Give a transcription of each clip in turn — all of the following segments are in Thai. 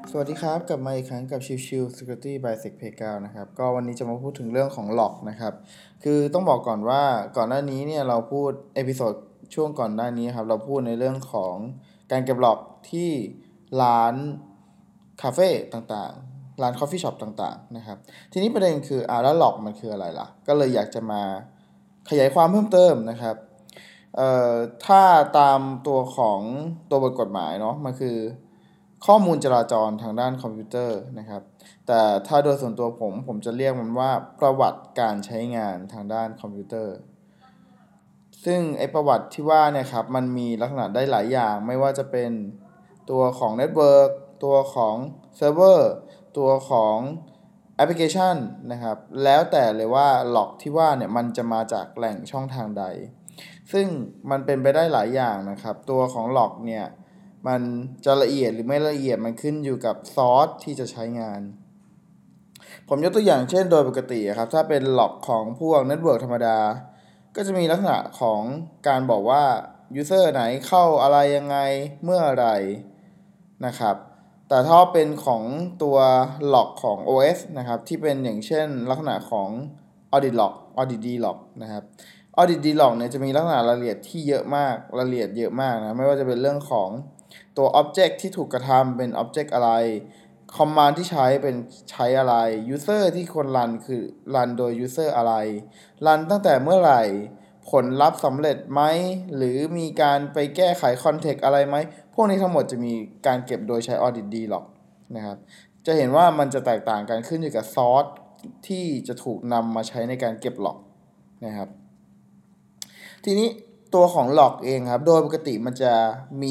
สวัสดีครับกลับมาอีกครั้งกับชิว Security by Sec Playground นะครับก็วันนี้จะมาพูดถึงเรื่องของล็อกนะครับคือต้องบอกก่อนว่าก่อนหน้านี้เนี่ยเราพูดเอพิโซดช่วงก่อนหน้านี้ครับเราพูดในเรื่องของการเก็บล็อกที่ร้านคาเฟ่ต่างๆร้านคอฟฟี่ช็อปต่างๆนะครับทีนี้ประเด็นคือแล้วล็อกมันคืออะไรล่ะก็เลยอยากจะมาขยายความเพิ่มเติมนะครับเอ่อถ้าตามตัวของตัวบทกฎหมายเนาะมันคือข้อมูลจราจรทางด้านคอมพิวเตอร์นะครับแต่ถ้าโดยส่วนตัวผมจะเรียกมันว่าประวัติการใช้งานทางด้านคอมพิวเตอร์ซึ่งไอประวัติที่ว่าเนี่ยครับมันมีลักษณะได้หลายอย่างไม่ว่าจะเป็นตัวของเน็ตเวิร์กตัวของเซิร์ฟเวอร์ตัวของแอปพลิเคชันนะครับแล้วแต่เลยว่าล็อกที่ว่าเนี่ยมันจะมาจากแหล่งช่องทางใดซึ่งมันเป็นไปได้หลายอย่างนะครับตัวของล็อกเนี่ยมันจะละเอียดหรือไม่ละเอียดมันขึ้นอยู่กับซอสที่จะใช้งานผมยกตัวอย่างเช่นโดยปกติครับถ้าเป็นล็อกของพวกเน็ตเวิร์กธรรมดาก็จะมีลักษณะของการบอกว่ายูเซอร์ไหนเข้าอะไรยังไงเมื่อไรนะครับแต่ถ้าเป็นของตัวล็อกของ OS นะครับที่เป็นอย่างเช่นลักษณะของ Audit Log Audit D Log นะครับ Audit D Log เนี่ยจะมีลักษณะรายละเอียดที่เยอะมากรายละเอียดเยอะมากนะไม่ว่าจะเป็นเรื่องของตัว Object ที่ถูกกระทำเป็น Object อะไร Command ที่ใช้เป็นใช้อะไร User ที่ควรรันคือรันโดย User อะไรรันตั้งแต่เมื่อไหร่ผลลัพธ์สำเร็จไหมหรือมีการไปแก้ไข Context อะไรไหมพวกนี้ทั้งหมดจะมีการเก็บโดยใช้ Audit D Log นะครับจะเห็นว่ามันจะแตกต่างกันขึ้นอยู่กับซอสที่จะถูกนำมาใช้ในการเก็บล็อกนะครับทีนี้ตัวของล็อกเองครับโดยปกติมันจะมี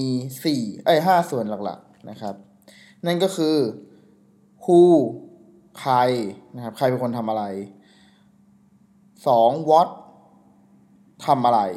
5ส่วนหลักๆนะครับนั่นก็คือ who ใครนะครับใครเป็นคนทำอะไร2 what ทำอะไร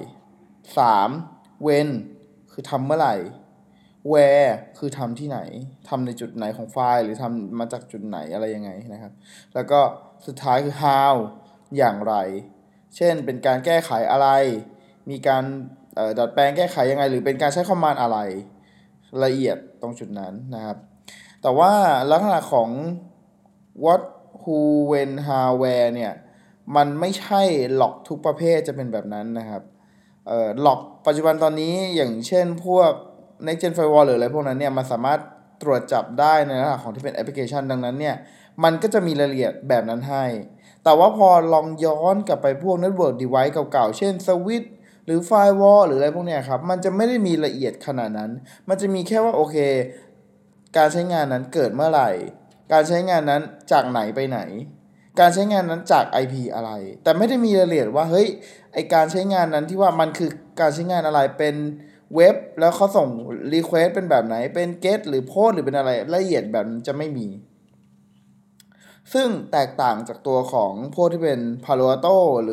3 when คือทำเมื่อไหร่ where คือทำที่ไหนทำในจุดไหนของไฟล์หรือทำมาจากจุดไหนอะไรยังไงนะครับแล้วก็สุดท้ายคือ how อย่างไรเช่นเป็นการแก้ไขอะไรมีการดัดแปลงแก้ไขยังไงหรือเป็นการใช้คอมมานด์อะไรละเอียดตรงจุดนั้นนะครับแต่ว่าลักษณะของ what who when how where เนี่ยมันไม่ใช่ล็อกทุกประเภทจะเป็นแบบนั้นนะครับล็อกปัจจุบันตอนนี้อย่างเช่นพวก next gen firewall หรืออะไรพวกนั้นเนี่ยมันสามารถตรวจจับได้ในลักษณะของที่เป็นแอปพลิเคชันดังนั้นเนี่ยมันก็จะมีรายละเอียดแบบนั้นให้แต่ว่าพอลองย้อนกลับไปพวก network device เก่าๆเช่นสวิตช์หรือ firewall หรืออะไรพวกเนี้ยครับมันจะไม่ได้มีละเอียดขนาดนั้นมันจะมีแค่ว่าโอเคการใช้งานนั้นเกิดเมื่อไหร่การใช้งานนั้นจากไหนไปไหนการใช้งานนั้นจาก IP อะไรแต่ไม่ได้มีรายละเอียดว่าเฮ้ยไอการใช้งานนั้นที่ว่ามันคือการใช้งานอะไรเป็นเว็บแล้วเขาส่ง request เป็นแบบไหนเป็น get หรือ post หรือเป็นอะไรละเอียดแบบนั้นจะไม่มีซึ่งแตกต่างจากตัวของพวกที่เป็น Palo Alto หรือ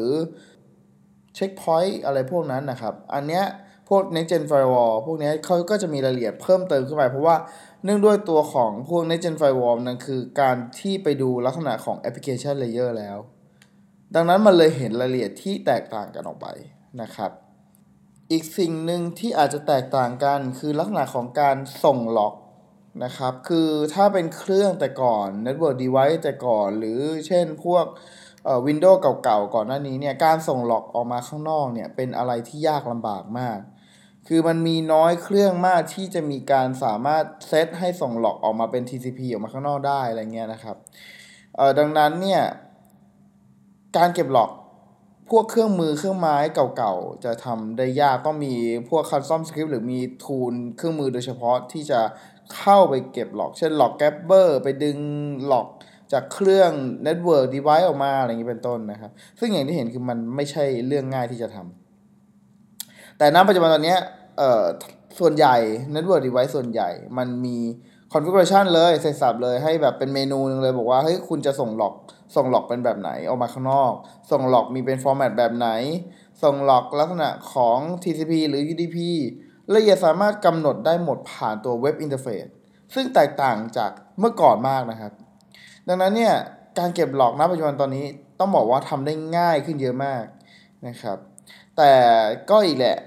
Checkpoint อะไรพวกนั้นนะครับอันเนี้ยพวก Next Gen Firewall พวกนี้เขาก็จะมีรายละเอียดเพิ่มเติมขึ้นไปเพราะว่าเนื่องด้วยตัวของพวก Next Gen Firewall นั้นคือการที่ไปดูลักษณะของ Application Layer แล้วดังนั้นมันเลยเห็นรายละเอียดที่แตกต่างกันออกไปนะครับอีกสิ่งหนึ่งที่อาจจะแตกต่างกันคือลักษณะของการส่งล็อกนะครับคือถ้าเป็นเครื่องแต่ก่อน Network Device แต่ก่อนหรือเช่นพวกWindows เก่าๆก่อนหน้านี้เนี่ยการส่งล็อกออกมาข้างนอกเนี่ยเป็นอะไรที่ยากลำบากมากคือมันมีน้อยเครื่องมากที่จะมีการสามารถเซตให้ส่งล็อกออกมาเป็น TCP ออกมาข้างนอกได้อะไรเงี้ยนะครับดังนั้นเนี่ยการเก็บล็อกพวกเครื่องมือเครื่องไม้เก่าๆจะทำได้ยากต้องมีพวก custom script หรือมีทูลเครื่องมือโดยเฉพาะที่จะเข้าไปเก็บล็อกเช่นล็อกแกปเปอร์ไปดึงล็อกจากเครื่อง network device ออกมาอะไรอย่างนี้เป็นต้นนะครับซึ่งอย่างที่เห็นคือมันไม่ใช่เรื่องง่ายที่จะทำแต่ณปัจจุบันตอนนี้ส่วนใหญ่ network device ส่วนใหญ่มันมี configuration เลยเสร็จสับเลยให้แบบเป็นเมนูนึงเลยบอกว่าเฮ้ยคุณจะส่งล็อกเป็นแบบไหนออกมาข้างนอกส่งล็อกมีเป็น format แบบไหนส่งล็อกลักษณะของ TCP หรือ UDP ละเอียดสามารถกำหนดได้หมดผ่านตัวเว็บอินเทอร์เฟซซึ่งแตกต่างจากเมื่อก่อนมากนะครับดังนั้นเนี่ยการเก็บล็อกณปัจจุบันตอนนี้ต้องบอกว่าทำได้ง่ายขึ้นเยอะมากนะครับแต่ก็อีกแหละคื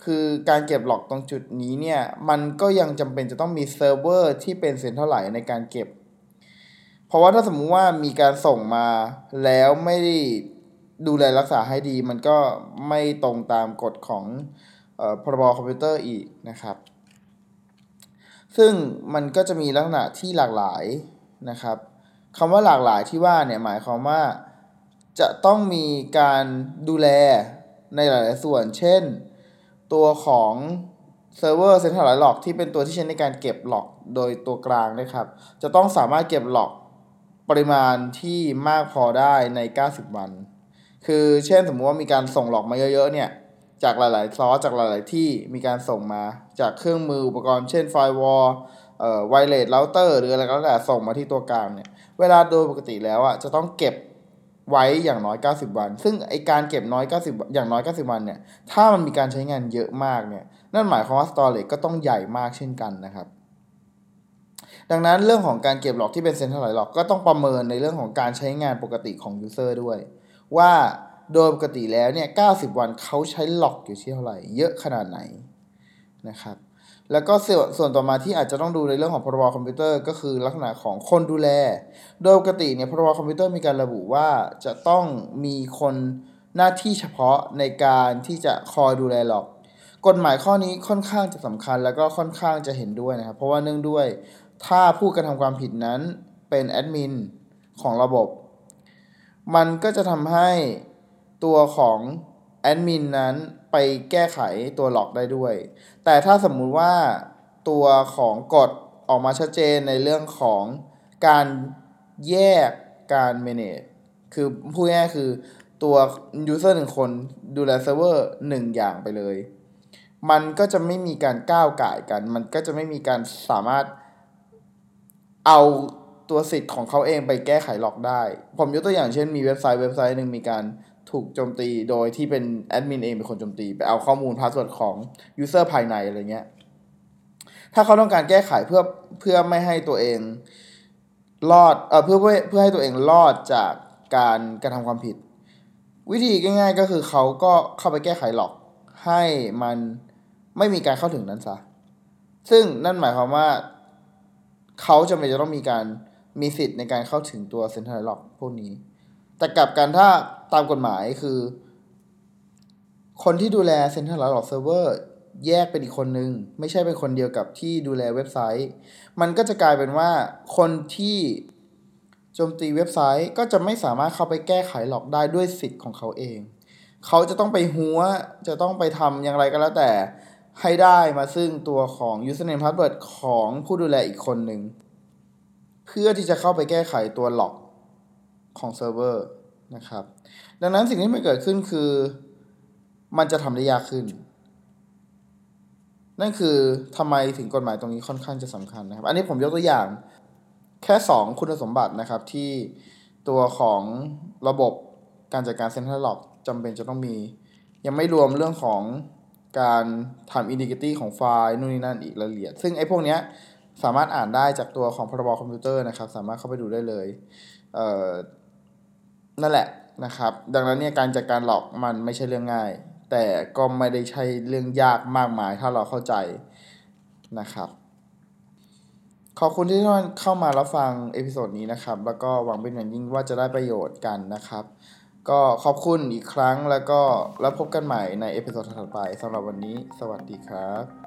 คือการเก็บล็อกตรงจุดนี้เนี่ยมันก็ยังจำเป็นจะต้องมีเซิร์ฟเวอร์ที่เป็นเซ็นทรัลไลซ์ในการเก็บเพราะว่าถ้าสมมุติว่ามีการส่งมาแล้วไม่ได้ดูแลรักษาให้ดีมันก็ไม่ตรงตามกฎของพรบคอมพิวเตอร์อีกนะครับซึ่งมันก็จะมีลักษณะที่หลากหลายนะครับคำว่าหลากหลายที่ว่าเนี่ยหมายความว่าจะต้องมีการดูแลในหลายๆส่วนเช่นตัวของเซิร์ฟเวอร์ Centralized Log ที่เป็นตัวที่ใช้ในการเก็บล็อกโดยตัวกลางนะครับจะต้องสามารถเก็บล็อกปริมาณที่มากพอได้ใน90วันคือเช่นสมมุติว่ามีการส่งล็อกมาเยอะๆเนี่ยจากหลายๆซอสจากหลายๆที่มีการส่งมาจากเครื่องมืออุปกรณ์เช่นไฟร์วอลไวเลสเราเตอร์หรืออะไรก็แล้วแต่ส่งมาที่ตัวกลางเนี่ยเวลาโดยปกติแล้วอ่ะจะต้องเก็บไว้อย่างน้อย90วันซึ่งไอการเก็บน้อย90อย่างน้อย90วันเนี่ยถ้ามันมีการใช้งานเยอะมากเนี่ยนั่นหมายความว่า storage ก็ต้องใหญ่มากเช่นกันนะครับดังนั้นเรื่องของการเก็บล็อกที่เป็น Centralized Log ก็ต้องประเมินในเรื่องของการใช้งานปกติของ User ด้วยว่าโดยปกติแล้วเนี่ย90วันเขาใช้ล็อกอยู่ที่เท่าไหร่เยอะขนาดไหนนะครับแล้วก็ส่วนต่อมาที่อาจจะต้องดูในเรื่องของพรบคอมพิวเตอร์ก็คือลักษณะของคนดูแลโดยปกติเนี่ยพรบคอมพิวเตอร์มีการระบุว่าจะต้องมีคนหน้าที่เฉพาะในการที่จะคอยดูแลล็อกกฎหมายข้อนี้ค่อนข้างจะสำคัญแล้วก็ค่อนข้างจะเห็นด้วยนะครับเพราะว่าเนื่องด้วยถ้าผู้กระทำความผิดนั้นเป็นแอดมินของระบบมันก็จะทำให้ตัวของแอดมินนั้นไปแก้ไขตัวล็อกได้ด้วยแต่ถ้าสมมุติว่าตัวของกฎออกมาชัดเจนในเรื่องของการแยกการ manage คือพูดง่ายๆคือตัว user 1คนดูแลเซิร์ฟเวอร์1อย่างไปเลยมันก็จะไม่มีการก้าวก่ายกันมันก็จะไม่มีการสามารถเอาตัวสิทธิ์ของเขาเองไปแก้ไขล็อกได้ผมยกตัวอย่างเช่นมีเว็บไซต์หนึ่งมีการถูกโจมตีโดยที่เป็นแอดมินเองเป็นคนโจมตีไปเอาข้อมูลพาสเวิร์ดของยูเซอร์ภายในอะไรเงี้ยถ้าเขาต้องการแก้ไขเพื่อไม่ให้ตัวเองรอดเพื่อให้ตัวเองรอดจากการกระทำความผิดวิธีง่ายๆก็คือเขาก็เข้าไปแก้ไขล็อกให้มันไม่มีการเข้าถึงนั้นซะซึ่งนั่นหมายความว่าเขาจำเป็นจะต้องมีสิทธิ์ในการเข้าถึงตัว Centralized Log พวกนี้แต่กลับกันถ้าตามกฎหมายคือคนที่ดูแล Centralized Log Server แยกเป็นอีกคนนึงไม่ใช่เป็นคนเดียวกับที่ดูแลเว็บไซต์มันก็จะกลายเป็นว่าคนที่โจมตีเว็บไซต์ก็จะไม่สามารถเข้าไปแก้ไขล็อกได้ด้วยสิทธิ์ของเขาเองเขาจะต้องไปหัวจะต้องไปทำอย่างไรก็แล้วแต่ให้ได้มาซึ่งตัวของ username password ของผู้ดูแลอีกคนหนึ่งเพื่อที่จะเข้าไปแก้ไขตัวล็อกของเซิร์ฟเวอร์นะครับดังนั้นสิ่งที่มันเกิดขึ้นคือมันจะทำได้ยากขึ้นนั่นคือทำไมถึงกฎหมายตรงนี้ค่อนข้างจะสำคัญนะครับอันนี้ผมยกตัวอย่างแค่2คุณสมบัตินะครับที่ตัวของระบบการจัดการ Central Log จำเป็นจะต้องมียังไม่รวมเรื่องของการทำ integrity ของไฟล์นู่นนี่นั่นอีกรายละเอียดซึ่งไอ้พวกเนี้ยสามารถอ่านได้จากตัวของพรบคอมพิวเตอร์นะครับสามารถเข้าไปดูได้เลยนั่นแหละนะครับดังนั้นเนี่ยการจัดการหลอกมันไม่ใช่เรื่องง่ายแต่ก็ไม่ได้ใช่เรื่องยากมากมายถ้าเราเข้าใจนะครับขอบคุณที่ท่านเข้ามารับฟังเอพิโซดนี้นะครับแล้วก็หวังเป็นอย่างยิ่งว่าจะได้ประโยชน์กันนะครับก็ขอบคุณอีกครั้งแล้วพบกันใหม่ในเอพิโซดถัดไปสำหรับวันนี้สวัสดีครับ